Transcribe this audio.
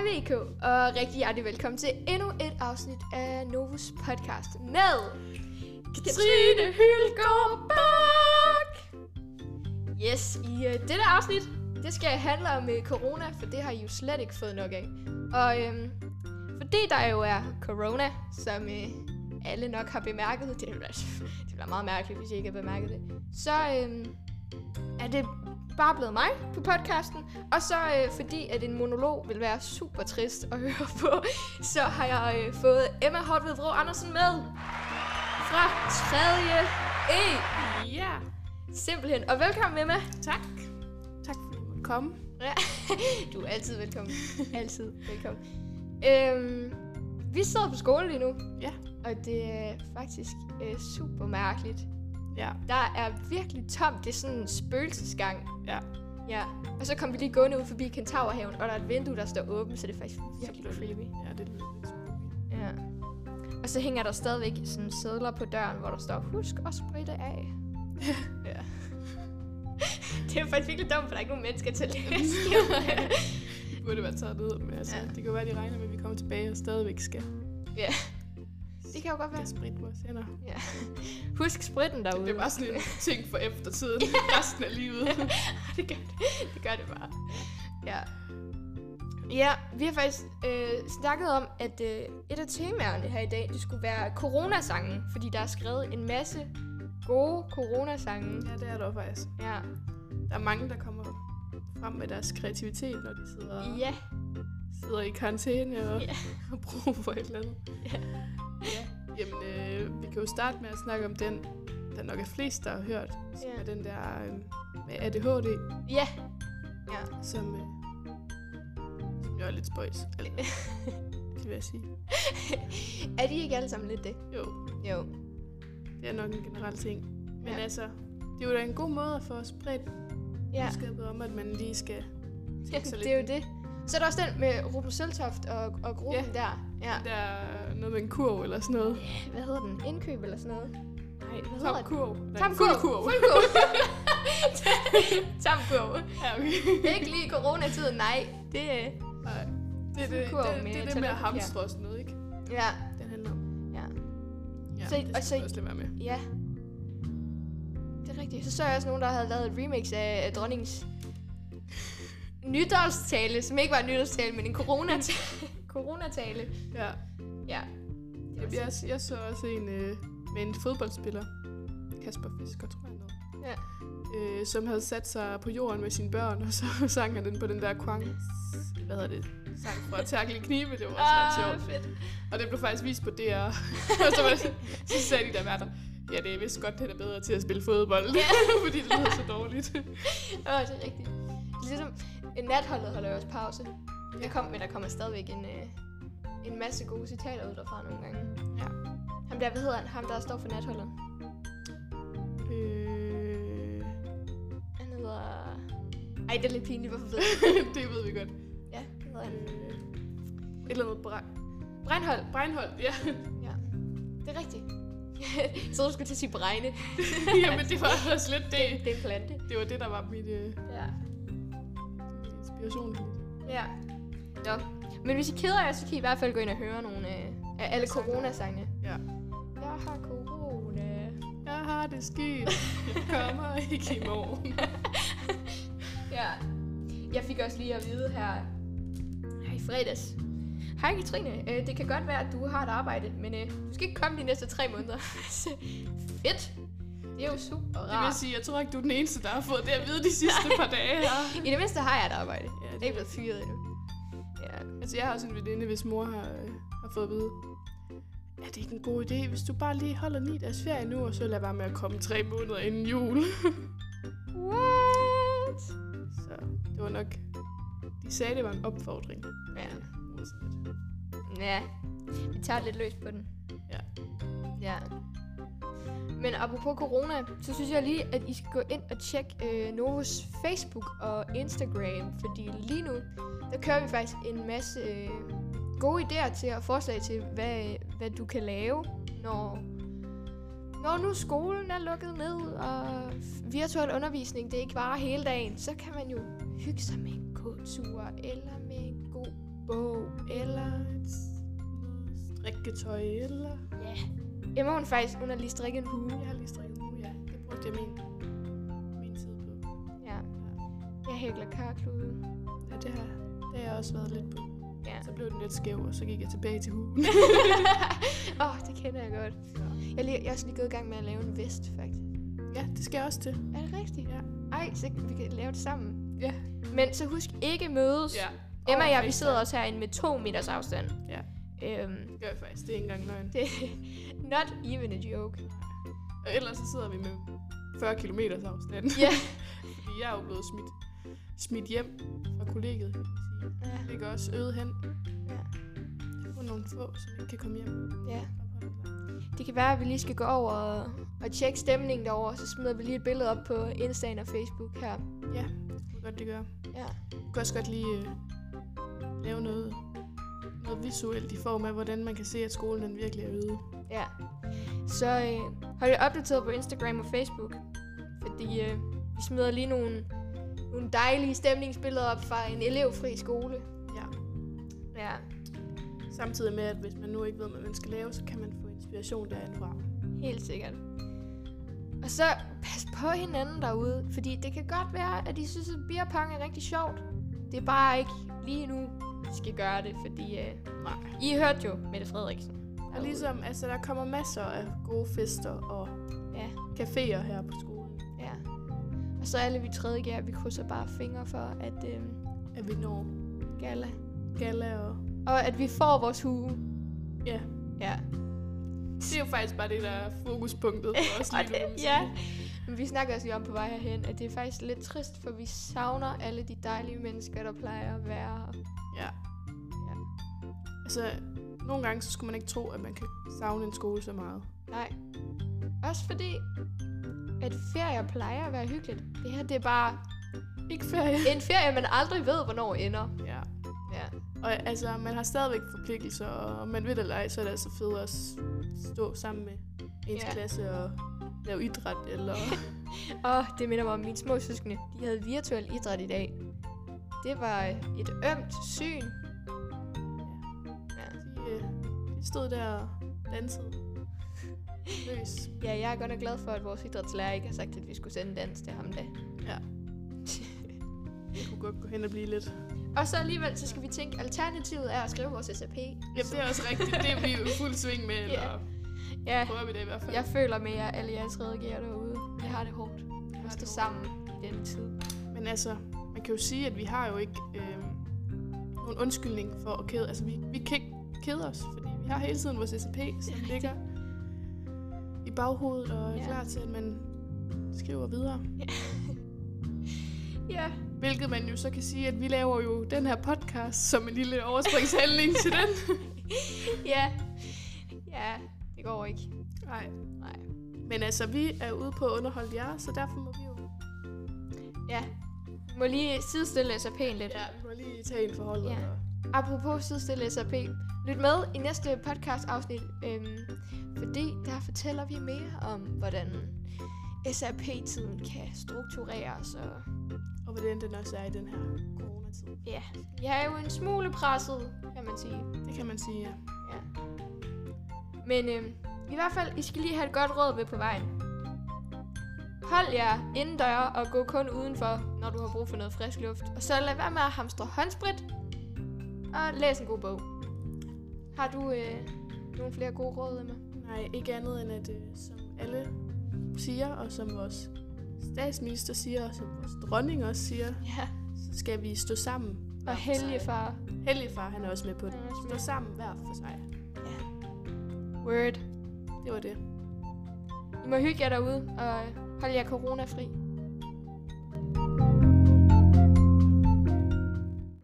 VK, og rigtig hjertelig velkommen til endnu et afsnit af Novus podcast med Katrine Hylgaard Bak. Yes, i dette afsnit, det skal handle om corona, for det har I jo slet ikke fået nok af. Og fordi der jo er corona, som alle nok har bemærket, det bliver meget mærkeligt, hvis I ikke har bemærket det, så er det bare blevet mig på podcasten, og så fordi at en monolog vil være super trist at høre på, så har jeg fået Emma Hortved Vrå Andersen med fra 3. E. Ja. Simpelthen. Og velkommen, Emma. Tak. Tak fordi du måtte komme. Ja. Du er altid velkommen. Altid velkommen. Vi sidder på skole lige nu. Ja. Og det er faktisk super mærkeligt. Ja. Der er virkelig tomt. Det er sådan en spøgelsesgang. Ja. Ja. Og så kom vi lige gående ud forbi Kentaurhaven, og der er et vindue, der står åbent, så det er faktisk virkelig creepy. Ja, det er lidt spooky. Ja. Og så hænger der stadigvæk sådan sædler på døren, hvor der står, husk at spritte af. Ja. Det er faktisk virkelig dumt, for der er ikke nogen mennesker til at læse. Det burde være taget ned, men altså, det kan jo være, de regner med, at vi kommer tilbage og stadigvæk skal. Ja. Det kan jo godt være. Sprit vores hænder. Ja. Husk spritten derude. Det er bare sådan en ting for eftertiden. Resten af livet. Det gør det bare. Ja. Ja, vi har faktisk snakket om, at et af temaerne her i dag, det skulle være coronasangen, fordi der er skrevet en masse gode coronasange. Ja, det er der faktisk. Ja. Der er mange, der kommer frem med deres kreativitet, når de sidder i karantæne og bruger for et eller andet. Ja. Jamen, vi kan jo starte med at snakke om den, der nok er flest, der har hørt. Som er den der med ADHD. Ja. Som jo er lidt spøjs. Altså, det vil jeg sige. Er de ikke alle sammen lidt det? Jo. Det er nok en generel ting. Men altså, det er jo da en god måde at få spredt budskabet om, at man lige skal tænke sig lidt. Det er jo det. Så er der også den med Ruben Søltoft og gruppen der. Ja. Der er noget med en kurv eller sådan noget. Ja, hvad hedder den? Indkøb eller sådan noget? Nej, hvad hedder det? Kurv. Fuldkurv. Tamkurv. Ja, okay. Ikke lige coronatiden, nej. Det er det med at hamstre og sådan noget, ikke? Ja. Den handler om. Ja. Ja, det skal også lade være med. Ja. Det er rigtigt. Så jeg også nogen, der havde lavet et remix af dronningens nytårstale, som ikke var en nytårstale, men en coronatale. Ja. Ja. Jeg så også en med en fodboldspiller, Kasper Fisker, tror jeg noget. Ja. Som havde sat sig på jorden med sine børn, og så sang han den på den der sang fra Terkel i Knibe. Det var også ret sjovt. Fedt. Og det blev faktisk vist på DR. Og så sagde de der værter, ja, det er vist godt, han er bedre til at spille fodbold, fordi det lyder så dårligt. Det er rigtigt. Ligesom natholdet holder jo også pause. Der kommer stadigvæk en masse gode citater ud derfra nogle gange. Ja. Ham der, hvad hedder han? Ham der står for natholdet. Han hedder... Ej, det er lidt pinligt, hvorfor ved jeg det ved vi godt. Ja, det hedder han. Et eller andet Breinholt, ja. Ja, det er rigtigt. Så du skulle til at sige bregne. Jamen, det var også lidt det. Det er en plante. Det var det, der var mit inspiration. Ja. Nå. Men hvis I keder jer, så kan I hvert fald gå ind og høre nogle af alle coronasangene. Ja. Jeg har corona. Jeg har det skidt. Jeg kommer ikke i morgen. Ja. Jeg fik også lige at vide her i fredags. Hej Katrine, det kan godt være, at du har et arbejde, men du skal ikke komme de næste 3 måneder. Fedt. Det er jo super rart. Det vil sige, jeg tror ikke, du er den eneste, der har fået det at vide de sidste par dage her. I det mindste har jeg et arbejde. Ja, det er ikke blevet fyret endnu. Ja. Altså, jeg har også en veninde, hvis mor har fået at vide, ja, det er ikke en god idé, hvis du bare lige holder 9 dages ferie nu, og så lad være med at komme 3 måneder inden jul. What? Så det var nok... De sagde, det var en opfordring. Ja, vi tager lidt løs på den. Ja. Men apropos corona, så synes jeg lige, at I skal gå ind og tjekke Novus Facebook og Instagram, fordi lige nu, der kører vi faktisk en masse gode idéer til og forslag til, hvad du kan lave, når nu skolen er lukket ned, og virtuel undervisning, det ikke varer hele dagen, så kan man jo hygge sig med en god tur, eller med en god bog, eller noget strikketøj, eller... Ja. Emma, hun har lige strikket en hue. Jeg har lige strikket en hue, ja. Det brugte jeg min tid på. Ja. Jeg hækler karklude. Ja, det har jeg også været lidt på. Ja. Så blev den lidt skæv, og så gik jeg tilbage til huen. Det kender jeg godt. Ja. Jeg er også lige gået i gang med at lave en vest, faktisk. Ja, det skal jeg også til. Er det rigtigt? Ja. Ej, så vi kan lave det sammen. Ja. Men så husk ikke mødes. Ja. Emma og jeg, vi sidder også herinde med 2 meters afstand. Ja. Det gør jeg faktisk. Det er ikke engang løgn. Det not even a joke. Og ellers så sidder vi med 40 kilometers afstand. Ja. Fordi jeg er jo blevet smidt hjem fra kollegiet, kan man sige. Ja. Det går også øget hen. Ja. For nogle få, som ikke kan komme hjem. Ja. Det kan være, at vi lige skal gå over og tjekke stemningen derovre, så smider vi lige et billede op på Instagram og Facebook her. Ja, det kunne godt det gøre. Ja. Du kan også godt lige lave noget visuelt i form af, hvordan man kan se, at skolen den virkelig er øget. Ja. Så hold jer opdateret på Instagram og Facebook, fordi vi smider lige nogle dejlige stemningsbilleder op fra en elevfri skole. Ja. Ja. Samtidig med, at hvis man nu ikke ved, hvad man skal lave, så kan man få inspiration derindfra. Helt sikkert. Og så pas på hinanden derude, fordi det kan godt være, at I synes, at beer pong er rigtig sjovt. Det er bare ikke lige nu, I skal gøre det, fordi I hørte jo Mette Frederiksen. Og ligesom, altså der kommer masser af gode fester og caféer her på skolen. Ja. Og så alle vi 3.G'er, vi krydser bare fingre for, at vi når gala og at vi får vores hue. Ja. Ja. Det er jo faktisk bare det, der er fokuspunktet for os lige nu. Ja. Men vi snakker også lige om på vej herhen, at det er faktisk lidt trist, for vi savner alle de dejlige mennesker, der plejer at være her. Ja. Altså, nogle gange så skulle man ikke tro, at man kan savne en skole så meget. Nej. Også fordi, at ferier plejer at være hyggeligt. Det her, det er bare ikke ferie. En ferie, man aldrig ved, hvornår ender. Ja. Og altså, man har stadigvæk forpligtelser, og man ved det eller ej, så er det altså fedt at stå sammen med ens klasse og lave idræt, eller... Det minder mig om mine små søskende. De havde virtuel idræt i dag. Det var et ømt syn. De stod der og dansede løs. Ja, jeg er godt nok glad for, at vores idrætslærer ikke har sagt, at vi skulle sende dans til ham da. Ja. Det kunne godt gå hen og blive lidt. Og så alligevel, så skal vi tænke, alternativet er at skrive vores SAP. Ja, det er også rigtigt. Det er vi jo fuld sving med, eller prøver vi det i hvert fald. Jeg føler med jer, alle jer 3.G'er derude. Vi har det hårdt. Vi står sammen i denne tid. Men altså, man kan jo sige, at vi har jo ikke nogen undskyldning for at kede. Altså, vi kan ikke kede os, fordi vi har hele tiden vores SAP, som ligger i baghovedet og er klar til, at man skriver videre. Ja. Hvilket man jo så kan sige, at vi laver jo den her podcast som en lille overspringshandling til den. Ja, det går ikke. Nej. Men altså, vi er ude på at underholde jer, så derfor må vi jo... Ja, vi må lige sidestille SAP'en lidt. Ja, vi må lige tage en forhold. Ja. Apropos sidestille SAP, lyt med i næste podcast-afsnit, fordi der fortæller vi mere om, hvordan SAP-tiden kan struktureres og hvordan den også er i den her coronatid. Ja, jeg er jo en smule presset, kan man sige. Det kan man sige, ja. Men i hvert fald, I skal lige have et godt råd med på vejen. Hold jer indendør og gå kun udenfor, når du har brug for noget frisk luft. Og så lad være med at hamstre håndsprit og læs en god bog. Har du nogle flere gode råd, Emma? Nej, ikke andet end at, som alle siger, og som vores statsminister siger, og som vores dronning også siger, så skal vi stå sammen. Og helgefar. Helgefar, han er også med på det. Stå sammen hver for sig. Ja. Word. Det var det. I må hygge jer derude, og hold jer coronafri.